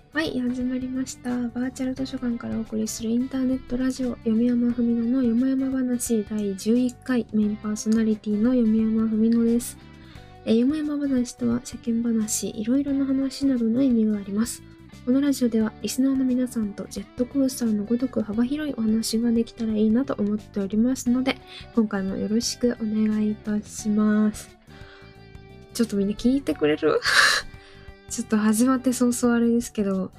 はい、始まりました。バーチャル図書館からお送りするインターネットラジオ、読山文乃のよもやま話第11回、メインパーソナリティの読山文乃です。よもやま話とは世間話、いろいろな話などの意味があります。このラジオではリスナーの皆さんとジェットコースターのごとく幅広いお話ができたらいいなと思っておりますので、今回もよろしくお願いいたします。ちょっとみんな聞いてくれるちょっと始まって早々あれですけど、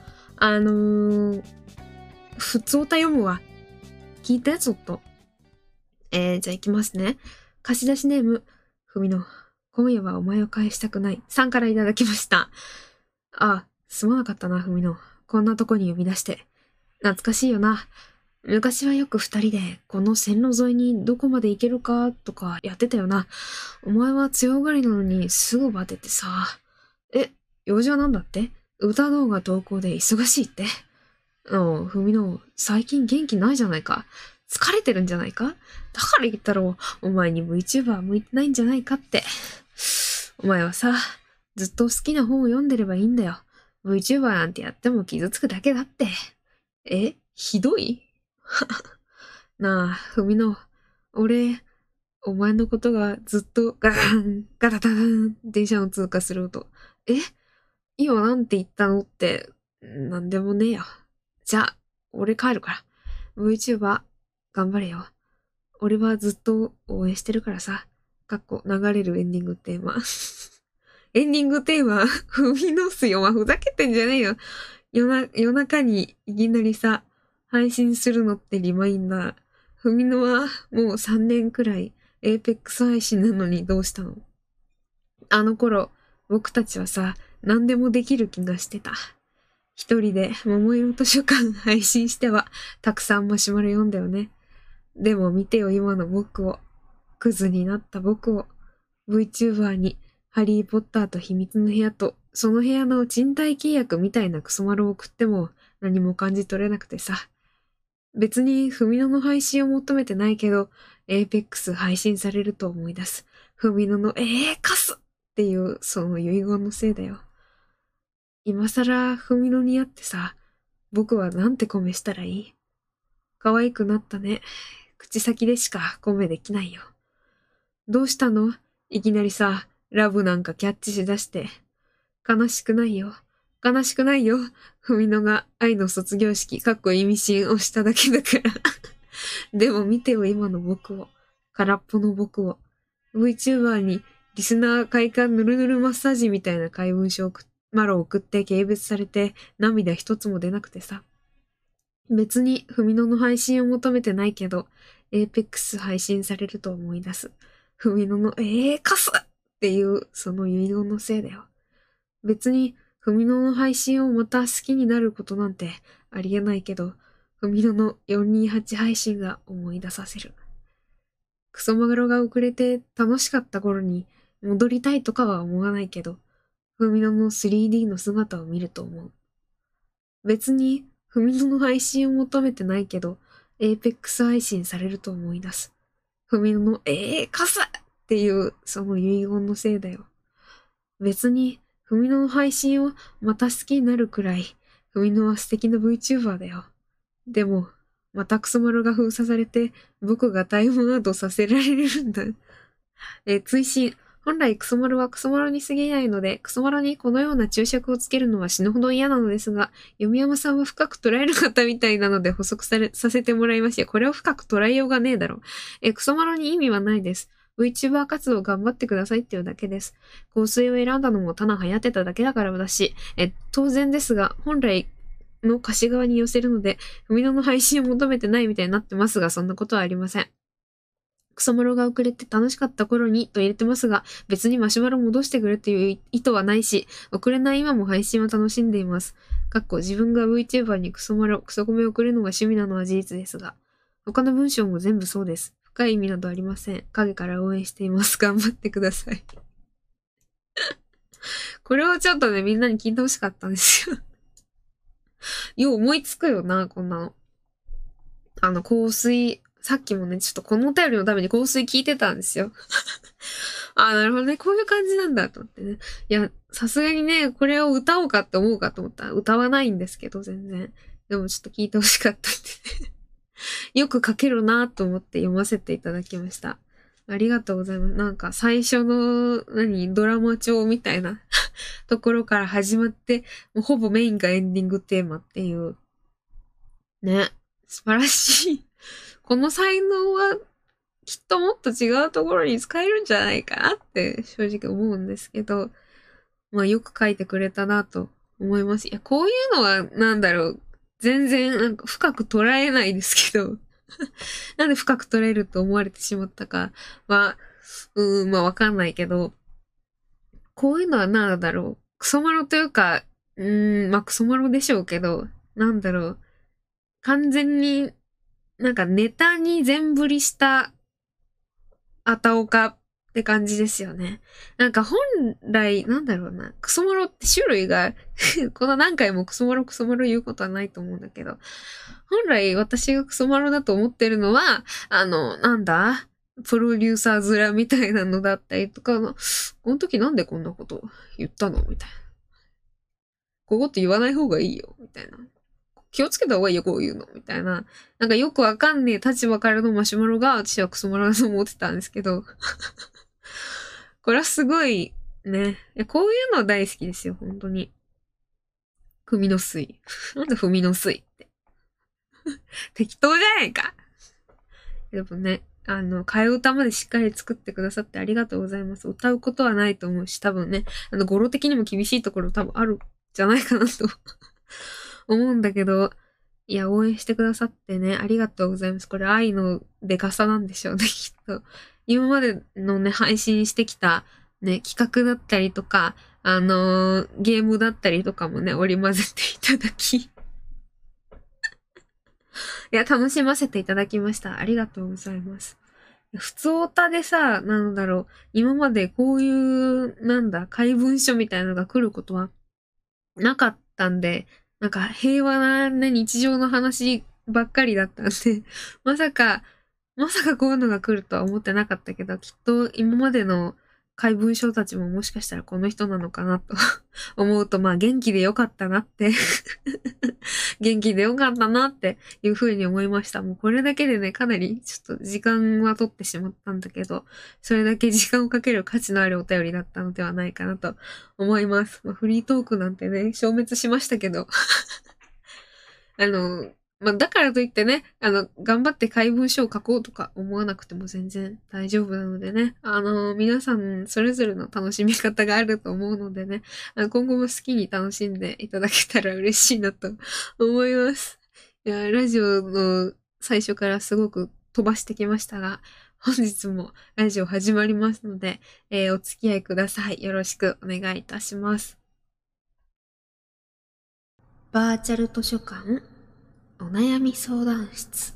普通歌読むわ。聞いて、ちょっと。じゃあ行きますね。貸し出しネーム、ふみの、今夜はお前を返したくない。さんからいただきました。すまなかったな、ふみの。こんなとこに呼び出して。懐かしいよな。昔はよく二人で、この線路沿いにどこまで行けるか、とかやってたよな。お前は強がりなのにすぐバテてさ。用事はなんだって？歌動画投稿で忙しいって。ふみの、最近元気ないじゃないか。疲れてるんじゃないか？だから言ったろ、お前に VTuber 向いてないんじゃないかって。お前はさ、ずっと好きな本を読んでればいいんだよ。VTuber なんてやっても傷つくだけだって。ひどい？なあ、ふみの、俺、お前のことがずっとガーン、ガタタン、電車を通過する音。今なんて言ったのって、なんでもねえよ。じゃあ、俺帰るから。VTuber、頑張れよ。俺はずっと応援してるからさ。流れるエンディングテーマ。エンディングテーマ、踏みのすよ。ふざけてんじゃねえよ。夜中にいきなりさ、配信するのってリマインダー。ふみのはもう3年くらい、エーペックス配信なのにどうしたの？あの頃、僕たちはさ、何でもできる気がしてた。一人で桃色図書館配信しては、たくさんマシュマロ読んだよね。でも見てよ今の僕を。クズになった僕を。VTuber に、ハリーポッターと秘密の部屋と、その部屋の賃貸契約みたいなクソマロを送っても何も感じ取れなくてさ。別にフミノの配信を求めてないけど、Apex 配信されると思い出す。フミノのカスっていうその遺言のせいだよ。今更フミノに会ってさ、僕はなんてコメしたらいい？可愛くなったね。口先でしかコメできないよ。どうしたの？いきなりさ、ラブなんかキャッチしだして。悲しくないよ。悲しくないよ。ふみのが愛の卒業式、意味深をしただけだから。でも見てよ、今の僕を。空っぽの僕を。VTuber にリスナー快感ぬるぬるマッサージみたいな怪文書をマロを送って軽蔑されて涙一つも出なくてさ。別にふみのの配信を求めてないけど、Apex 配信されると思い出す。ふみののカスっていうその遺言のせいだよ。別に、ふみのの配信をまた好きになることなんてありえないけど、ふみのの428配信が思い出させる。クソマグロが遅れて楽しかった頃に戻りたいとかは思わないけど、ふみのの 3D の姿を見ると思う。別に、ふみのの配信を求めてないけど、Apex 配信されると思い出す。ふみののカスっていうその遺言のせいだよ。別に、ふみのの配信をまた好きになるくらい、ふみのは素敵な VTuber だよ。でも、またクソマロが封鎖されて、僕がタイムアウトさせられるんだ。追伸。本来クソマロはクソマロに過ぎないので、クソマロにこのような注釈をつけるのは死ぬほど嫌なのですが、読山さんは深く捉える方みたいなので補足させてもらいまして、これを深く捉えようがねえだろ。クソマロに意味はないです。VTuber 活動頑張ってくださいっていうだけです。香水を選んだのもただ流行ってただけだからだし、当然ですが、本来の歌詞側に寄せるので、ふみのの配信を求めてないみたいになってますが、そんなことはありません。クソマロが遅れて楽しかった頃にと入れてますが、別にマシュマロ戻してくれという意図はないし、遅れない今も配信を楽しんでいます。自分が VTuber にクソマロ、クソコメを送るのが趣味なのは事実ですが、他の文章も全部そうです。深い意味などありません。影から応援しています。頑張ってください。これをちょっとね、みんなに聞いてほしかったんですよ。よう思いつくよな、こんなの。香水、さっきもね、ちょっとこのお便りのために香水聞いてたんですよ。 あ、なるほどね。こういう感じなんだと思ってね。いや、さすがにね、これを歌おうかって思うかと思ったら歌わないんですけど、全然。でもちょっと聞いてほしかったんでね。よく書けるなと思って読ませていただきました。ありがとうございます。なんか最初の、ドラマ帳みたいなところから始まって、もうほぼメインがエンディングテーマっていう。ね。素晴らしい。この才能はきっともっと違うところに使えるんじゃないかなって正直思うんですけど、まあよく書いてくれたなと思います。いや、こういうのは全然なんか深く捉えないですけど、なんで深く捉えると思われてしまったかは、まあわかんないけど、こういうのはクソマロというか、まあクソマロでしょうけど、完全になんかネタに全振りしたあたおかって感じですよね。なんか本来、クソモロって種類がこの何回もクソモロクソモロ言うことはないと思うんだけど、本来私がクソモロだと思ってるのは、プロデューサー面みたいなのだったりとか、この時なんでこんなこと言ったのみたいな。ここって言わない方がいいよみたいな。気をつけた方がいいよ、こういうの。みたいな。なんかよくわかんねえ立場からのマシュマロが私はクソマロだと思ってたんですけど。これはすごいね。こういうの大好きですよ、本当に。踏みの水。なんで踏みの水って。適当じゃないか。でもね、替え歌までしっかり作ってくださってありがとうございます。歌うことはないと思うし、多分ね、語呂的にも厳しいところ多分あるんじゃないかなと思うんだけど、いや、応援してくださってね、ありがとうございます。これ愛のデカさなんでしょうね、きっと。今までのね、配信してきたね、企画だったりとか、ゲームだったりとかもね、織り交ぜていただき。いや、楽しませていただきました。ありがとうございます。普通オタでさ、今までこういう、怪文書みたいなのが来ることはなかったんで、なんか平和な、ね、日常の話ばっかりだったんで、まさかこういうのが来るとは思ってなかったけど、きっと今までの怪文書たちももしかしたらこの人なのかなと思うと、まあ元気でよかったなって元気でよかったなっていうふうに思いました。もうこれだけでね、かなりちょっと時間は取ってしまったんだけど、それだけ時間をかける価値のあるお便りだったのではないかなと思います。まあ、フリートークなんてね、消滅しましたけどまあ、だからといってね、頑張って怪文書を書こうとか思わなくても全然大丈夫なのでね、皆さんそれぞれの楽しみ方があると思うのでね、今後も好きに楽しんでいただけたら嬉しいなと思います。いや、ラジオの最初からすごく飛ばしてきましたが、本日もラジオ始まりますので、お付き合いください。よろしくお願いいたします。バーチャル図書館お悩み相談室。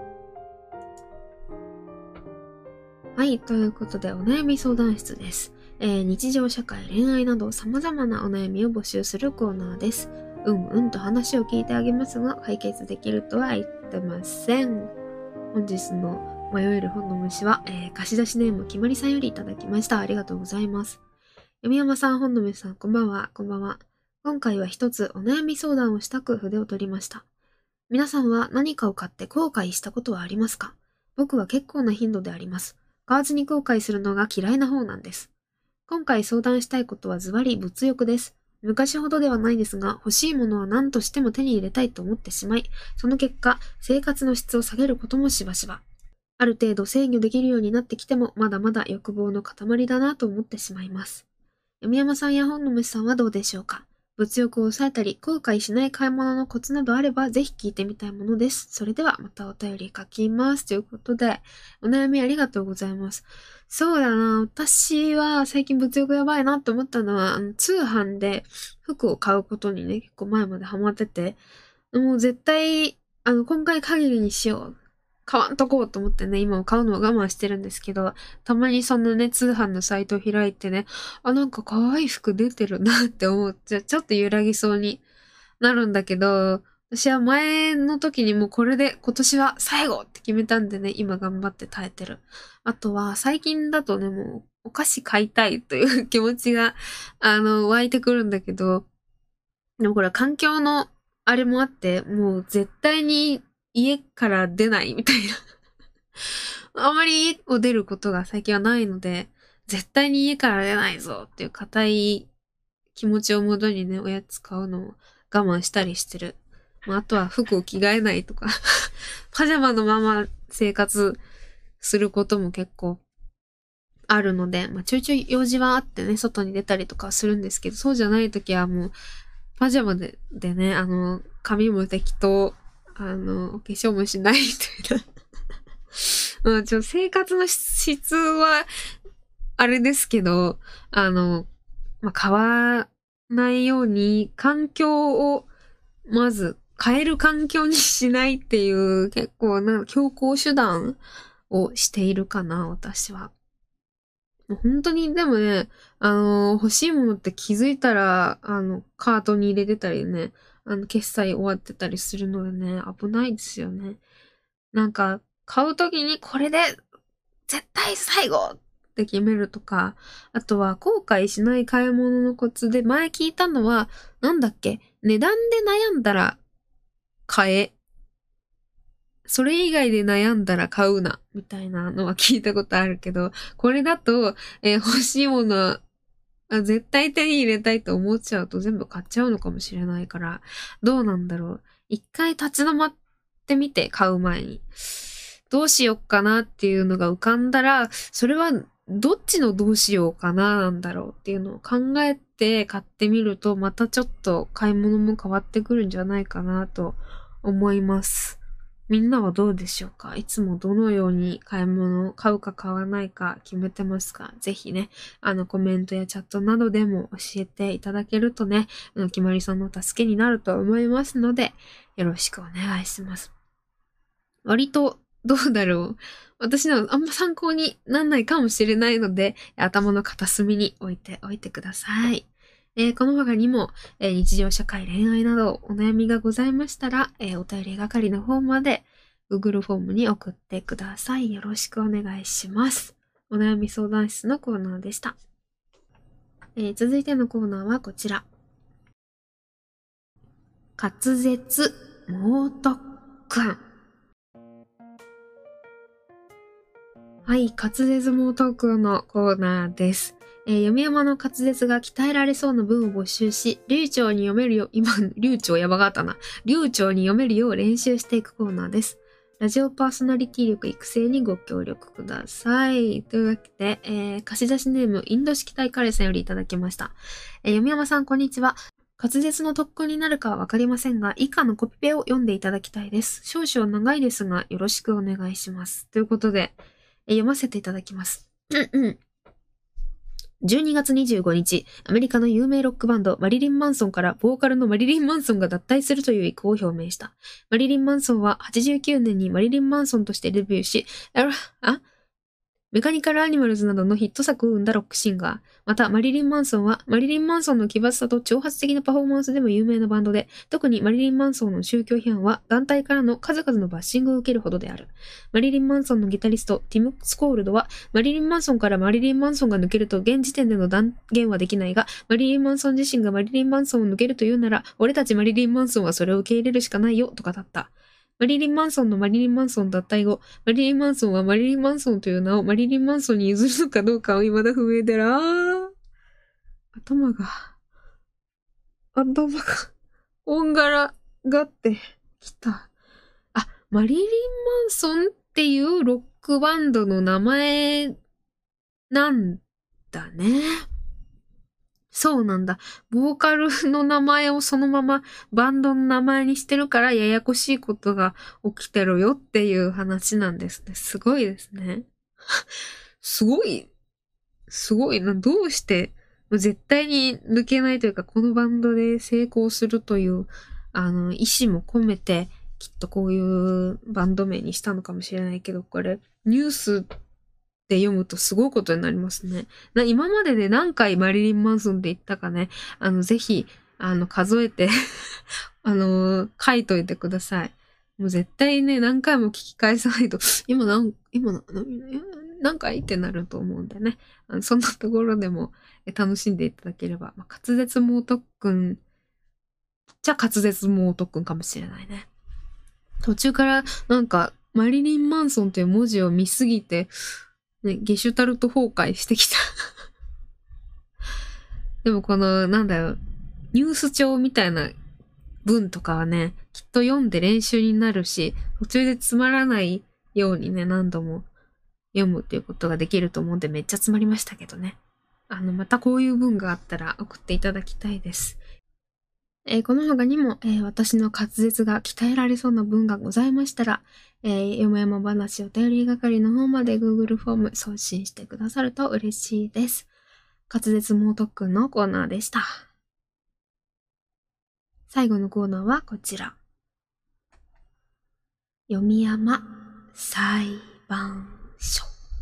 はい、ということでお悩み相談室です。日常社会、恋愛など様々なお悩みを募集するコーナーです。と話を聞いてあげますが、解決できるとは言ってません。本日の迷える本の虫は、貸し出しネームきまりさんよりいただきました。ありがとうございます。読山さん、本の虫さん、こんばんは。こんばんは。今回は一つお悩み相談をしたく筆を取りました。皆さんは何かを買って後悔したことはありますか？僕は結構な頻度であります。買わずに後悔するのが嫌いな方なんです。今回相談したいことはズバリ物欲です。昔ほどではないですが、欲しいものは何としても手に入れたいと思ってしまい、その結果、生活の質を下げることもしばしば。ある程度制御できるようになってきても、まだまだ欲望の塊だなと思ってしまいます。読山さんや本の虫さんはどうでしょうか？物欲を抑えたり、後悔しない買い物のコツなどあれば、ぜひ聞いてみたいものです。それでは、またお便り書きます。ということで、お悩みありがとうございます。そうだな。私は最近物欲やばいなって思ったのは、通販で服を買うことにね、結構前までハマってて、もう絶対、今回限りにしよう。買わんとこうと思ってね、今は買うのを我慢してるんですけど、たまにそのね、通販のサイトを開いてね、なんか可愛い服出てるなって思っちゃ、ちょっと揺らぎそうになるんだけど、私は前の時にもうこれで今年は最後って決めたんでね、今頑張って耐えてる。あとは最近だとね、もうお菓子買いたいという気持ちが、湧いてくるんだけど、でもこれは環境のあれもあって、もう絶対に家から出ないみたいな。あまり家を出ることが最近はないので、絶対に家から出ないぞっていう固い気持ちをもとにね、おやつ買うのを我慢したりしてる。まあ、あとは服を着替えないとかパジャマのまま生活することも結構あるので、まあ、ちょいちょい用事はあってね、外に出たりとかするんですけど、そうじゃない時はもう、パジャマでね、髪も適当、お化粧もしないみたいな。まあ、生活の質は、あれですけど、まあ、変わらないように、環境を、まず、変える環境にしないっていう、結構な、強行手段をしているかな、私は。本当に、でもね、欲しいものって気づいたら、カートに入れてたりね、決済終わってたりするのでね、危ないですよね。なんか、買うときにこれで、絶対最後って決めるとか、あとは後悔しない買い物のコツで、前聞いたのは、なんだっけ、値段で悩んだら買え。それ以外で悩んだら買うな、みたいなのは聞いたことあるけど、これだと、欲しいものは絶対手に入れたいと思っちゃうと全部買っちゃうのかもしれないから、どうなんだろう。一回立ち止まってみて、買う前に。どうしよっかなっていうのが浮かんだら、それはどっちのどうしようかななんだろうっていうのを考えて買ってみると、またちょっと買い物も変わってくるんじゃないかなと思います。みんなはどうでしょうか？いつもどのように買い物を買うか買わないか決めてますか？ぜひね、コメントやチャットなどでも教えていただけるとね、きまりさんの助けになると思いますので、よろしくお願いします。割と、どうだろう。私のあんま参考になんないかもしれないので、頭の片隅に置いておいてください。この他にも、日常社会、恋愛などお悩みがございましたら、お便り係の方まで Google フォームに送ってください。よろしくお願いします。お悩み相談室のコーナーでした。続いてのコーナーはこちら。滑舌猛特訓。はい、滑舌猛特訓のコーナーです。読み山の滑舌が鍛えられそうな文を募集し、流暢に読めるよ、今、流暢やばかったな。流暢に読めるよう練習していくコーナーです。ラジオパーソナリティ力育成にご協力ください。というわけで、貸し出しネーム、インド式タイカレーさんよりいただきました。読山さん、こんにちは。滑舌の特訓になるかはわかりませんが、以下のコピペを読んでいただきたいです。少々長いですが、よろしくお願いします。ということで、読ませていただきます。12月25日、アメリカの有名ロックバンドマリリン・マンソンからボーカルのマリリン・マンソンが脱退するという意向を表明した。マリリン・マンソンは89年にマリリン・マンソンとしてデビューし、メカニカルアニマルズなどのヒット作を生んだロックシンガー。また、マリリン・マンソンは、マリリン・マンソンの奇抜さと挑発的なパフォーマンスでも有名なバンドで、特にマリリン・マンソンの宗教批判は団体からの数々のバッシングを受けるほどである。マリリン・マンソンのギタリスト、ティム・スコールドは、マリリン・マンソンからマリリン・マンソンが抜けると現時点での断言はできないが、マリリン・マンソン自身がマリリン・マンソンを抜けるというなら、俺たちマリリン・マンソンはそれを受け入れるしかないよ、と語った。マリリン・マンソンのマリリン・マンソン脱退後、マリリン・マンソンはマリリン・マンソンという名をマリリン・マンソンに譲るのかどうかは未だ不明で頭が、こんがらがってきた。マリリン・マンソンっていうロックバンドの名前なんだね。そうなんだ。ボーカルの名前をそのままバンドの名前にしてるからややこしいことが起きてるよっていう話なんですね。すごいですね。すごいな。どうして絶対に抜けないというか、このバンドで成功するという、意志も込めて、きっとこういうバンド名にしたのかもしれないけど、これ、ニュースで読むとすごいことになりますね。今までで何回マリリン・マンソンって言ったかね、ぜひ、数えて書いといてください。もう絶対ね、何回も聞き返さないと、 なんかいいってなると思うんでね。そんなところでも楽しんでいただければ、滑舌猛特訓じゃ滑舌猛特訓かもしれないね。途中からなんかマリリン・マンソンという文字を見すぎて、ね、ゲシュタルト崩壊してきた。でもこの、なんだろう、ニュース帳みたいな文とかはね、きっと読んで練習になるし、途中でつまらないようにね、何度も読むっていうことができると思うんでめっちゃつまりましたけどね。またこういう文があったら送っていただきたいです。この他にも、私の滑舌が鍛えられそうな文がございましたら、よもやま話お便り係の方まで Google フォーム送信してくださると嬉しいです。滑舌猛特訓のコーナーでした。最後のコーナーはこちら。読み山裁判所。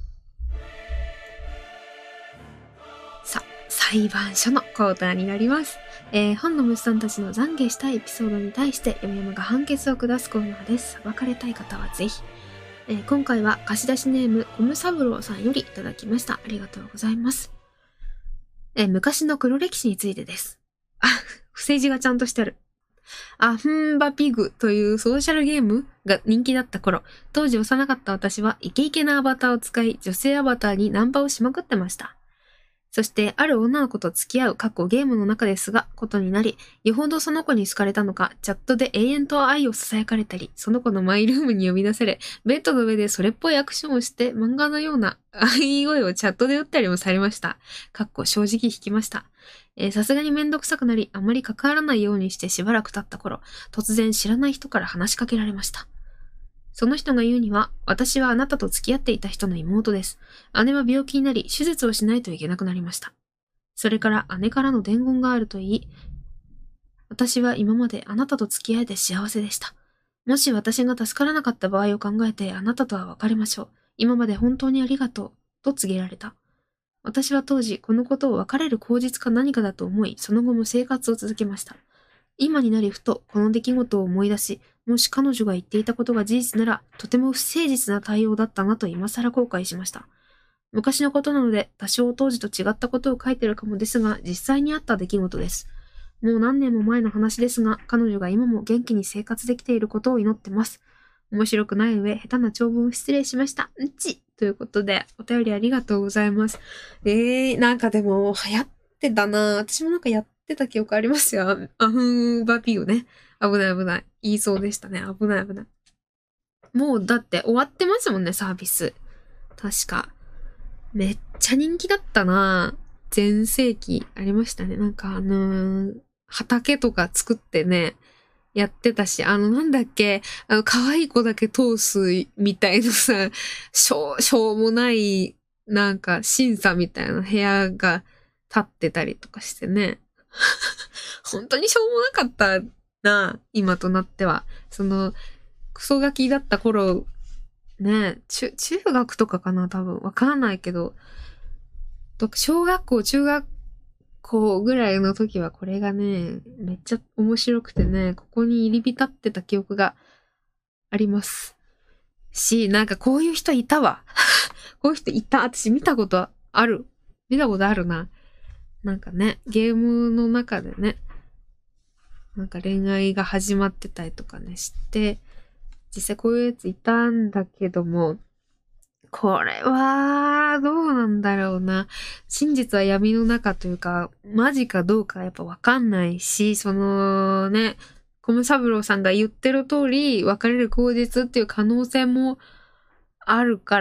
さあ、裁判所のコーナーになります。本の虫さんたちの懺悔したエピソードに対して読み山が判決を下すコーナーです。裁かれたい方はぜひ。今回は貸し出しネームコムサブローさんよりいただきました。ありがとうございます。昔の黒歴史についてです。不正字がちゃんとしてある。アフンバピグというソーシャルゲームが人気だった頃、当時幼かった私はイケイケなアバターを使い、女性アバターにナンパをしまくってました。そして、ある女の子と付き合うゲームの中ですが、ことになり、よほどその子に好かれたのか、チャットで永遠と愛を囁かれたり、その子のマイルームに呼び出され、ベッドの上でそれっぽいアクションをして、漫画のような愛声をチャットで打ったりもされました。正直引きました。さすがにめんどくさくなり、あまり関わらないようにしてしばらく経った頃、突然知らない人から話しかけられました。その人が言うには、私はあなたと付き合っていた人の妹です。姉は病気になり、手術をしないといけなくなりました。それから姉からの伝言があると言い、私は今まであなたと付き合えて幸せでした。もし私が助からなかった場合を考えてあなたとは別れましょう。今まで本当にありがとう。と告げられた。私は当時このことを別れる口実か何かだと思い、その後も生活を続けました。今になりふとこの出来事を思い出し、もし彼女が言っていたことが事実なら、とても不誠実な対応だったなと今更後悔しました。昔のことなので、多少当時と違ったことを書いてるかもですが、実際にあった出来事です。もう何年も前の話ですが、彼女が今も元気に生活できていることを祈ってます。面白くない上、下手な長文失礼しました。ということで、お便りありがとうございます。なんかでも、流行ってたな。私もなんかやってた記憶ありますよ。アフンバピーね。危ない危ない。言いそうでしたね。危ない危ない。もうだって終わってますもんね、サービス。確か。めっちゃ人気だったな。全盛期ありましたね。なんか畑とか作ってね、やってたし、なんだっけ、可愛い子だけ通すみたいなさ、しょうもない、なんか、審査みたいな部屋が立ってたりとかしてね。本当にしょうもなかったな、今となっては。クソガキだった頃、ね、中学とかかな、多分。わかんないけど、小学校、中学校ぐらいの時はこれがね、めっちゃ面白くてね、ここに入り浸ってた記憶があります。なんかこういう人いたわ。こういう人いた。私見たことある。見たことあるな。なんかね、ゲームの中でね、なんか恋愛が始まってたりとかね、して、実際こういうやついたんだけども、これは、どうなんだろうな。真実は闇の中というか、マジかどうかやっぱわかんないし、コムサブローさんが言ってる通り、別れる口実っていう可能性もあるから、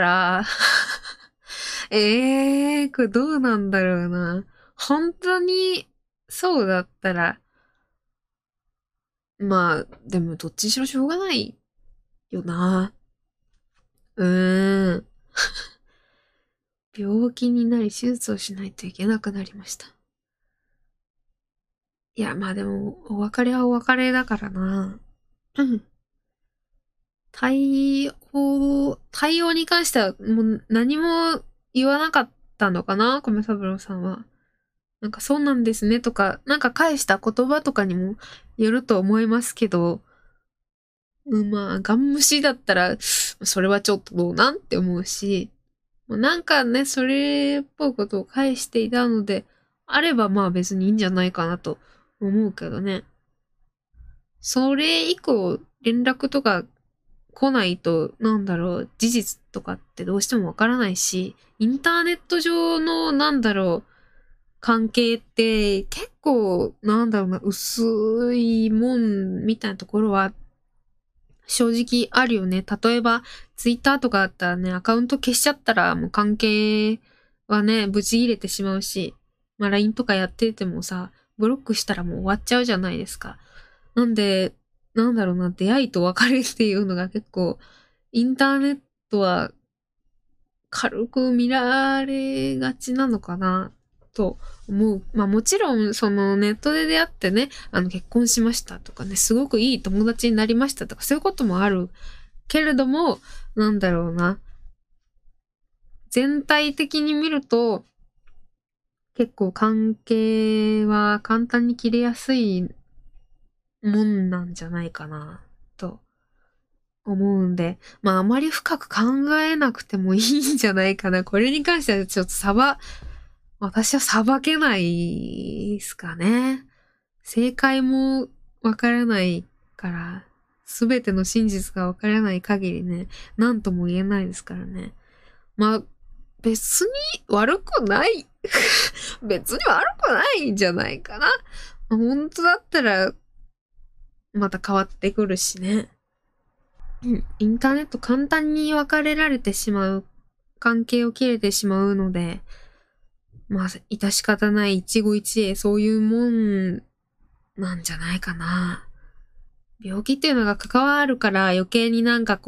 これどうなんだろうな。本当に、そうだったら、まあ、でもどっちにしろしょうがないよな。病気になり手術をしないといけなくなりました。いや、まあでも、お別れはお別れだからな。対応に関してはもう何も言わなかったのかな、米三郎さんは。なんかそうなんですねとか、なんか返した言葉とかにもよると思いますけど、まあ、ガン無視だったら、それはちょっとどうなんって思うし、 もうなんかね、それっぽいことを返していたので、あればまあ別にいいんじゃないかなと思うけどね。それ以降、連絡とか来ないと、事実とかってどうしてもわからないし、インターネット上の、関係って結構、薄いもんみたいなところは正直あるよね。例えば、ツイッターとかだったらね、アカウント消しちゃったらもう関係はね、ブチ切れてしまうし、まあ LINE とかやっててもさ、ブロックしたらもう終わっちゃうじゃないですか。なんで、出会いと別れっていうのが結構、インターネットは軽く見られがちなのかな、と思う。まあもちろん、そのネットで出会ってね、結婚しましたとかね、すごくいい友達になりましたとか、そういうこともあるけれども、全体的に見ると、結構関係は簡単に切れやすいもんなんじゃないかな、と思うんで、まああまり深く考えなくてもいいんじゃないかな。これに関してはちょっと私は裁けないですかね。正解もわからないから、すべての真実がわからない限りね、なんとも言えないですからね。まあ、別に悪くない。別に悪くないんじゃないかな。本当だったら、また変わってくるしね。インターネット簡単に別れられてしまう、関係を切れてしまうので、まあ、致し方ない一期一会、そういうもんなんじゃないかな。病気っていうのが関わるから余計に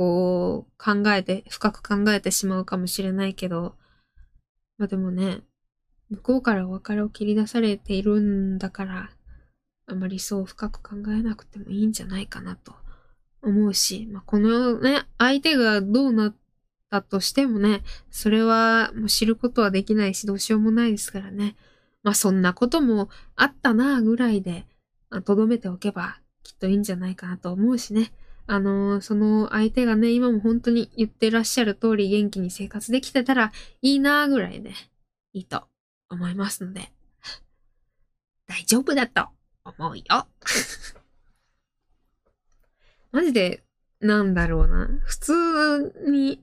深く考えてしまうかもしれないけど、まあでもね、向こうからお別れを切り出されているんだから、あまりそう深く考えなくてもいいんじゃないかなと思うし、まあこのね、相手がどうなったとしてもね、それはもう知ることはできないし、どうしようもないですからね。まあそんなこともあったなぐらいで、留めておけばきっといいんじゃないかなと思うしね。その相手がね、今も本当に言ってらっしゃる通り元気に生活できてたらいいなぐらいでいいと思いますので、大丈夫だと思うよ。マジで、普通に、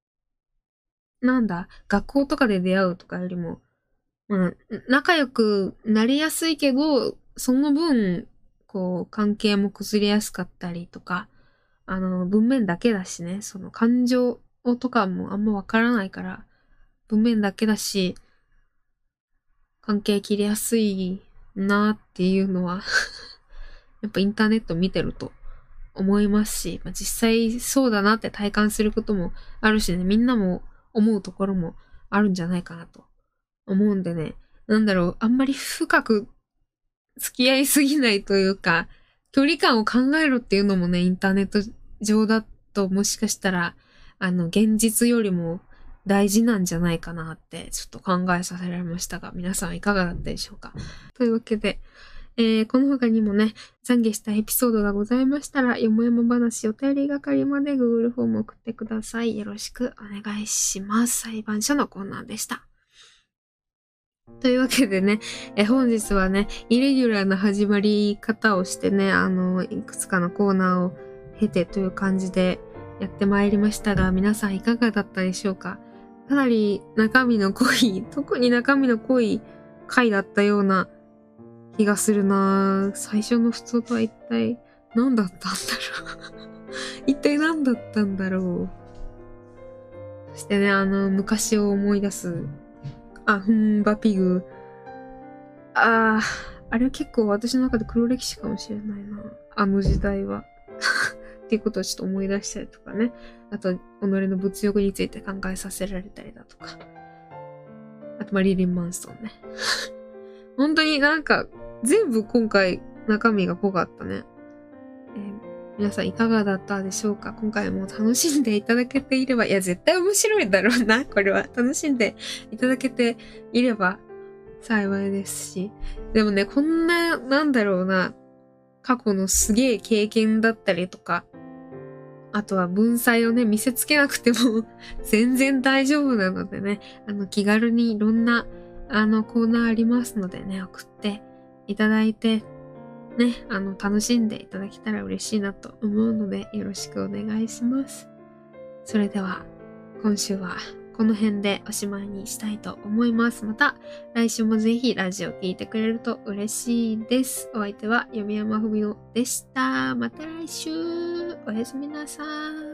学校とかで出会うとかよりも、まあ、仲良くなりやすいけど、その分、関係も崩れやすかったりとか、文面だけだしね、その感情とかもあんまわからないから、文面だけだし、関係切れやすいなっていうのはやっぱインターネット見てると思いますし、まあ、実際そうだなって体感することもあるしね、みんなも思うところもあるんじゃないかなと思うんでね、あんまり深く付き合いすぎないというか、距離感を考えろっていうのもね、インターネット上だともしかしたら、現実よりも大事なんじゃないかなって、ちょっと考えさせられましたが、皆さんいかがだったでしょうか。というわけで、この他にもね、懺悔したエピソードがございましたら、よもやま話お便り係まで Google フォーム送ってください。よろしくお願いします。裁判所のコーナーでした。というわけでね、本日はね、イレギュラーな始まり方をしてね、いくつかのコーナーを経てという感じでやってまいりましたが、皆さんいかがだったでしょうか？かなり中身の濃い、特に中身の濃い回だったような気がするな。最初の普通とは一体何だったんだろう一体何だったんだろう。そしてね、昔を思い出すバピグ。あれ結構私の中で黒歴史かもしれないな。あの時代は。っていうことをちょっと思い出したりとかね。あと、己の物欲について考えさせられたりだとか。あと、マリリン・マンソンね。本当に全部今回中身が濃かったね。皆さんいかがだったでしょうか？今回も楽しんでいただけていれば、いや、絶対面白いだろうな、これは。楽しんでいただけていれば幸いですし。でもね、こんな、過去のすげえ経験だったりとか、 あとは文才をね、見せつけなくても全然大丈夫なのでね、気軽にいろんな、コーナーありますのでね、送っていただいて、ね、楽しんでいただけたら嬉しいなと思うので、よろしくお願いします。それでは、今週はこの辺でおしまいにしたいと思います。また、来週もぜひラジオ聞いてくれると嬉しいです。お相手は、読山ふみのでした。また来週、おやすみなさい。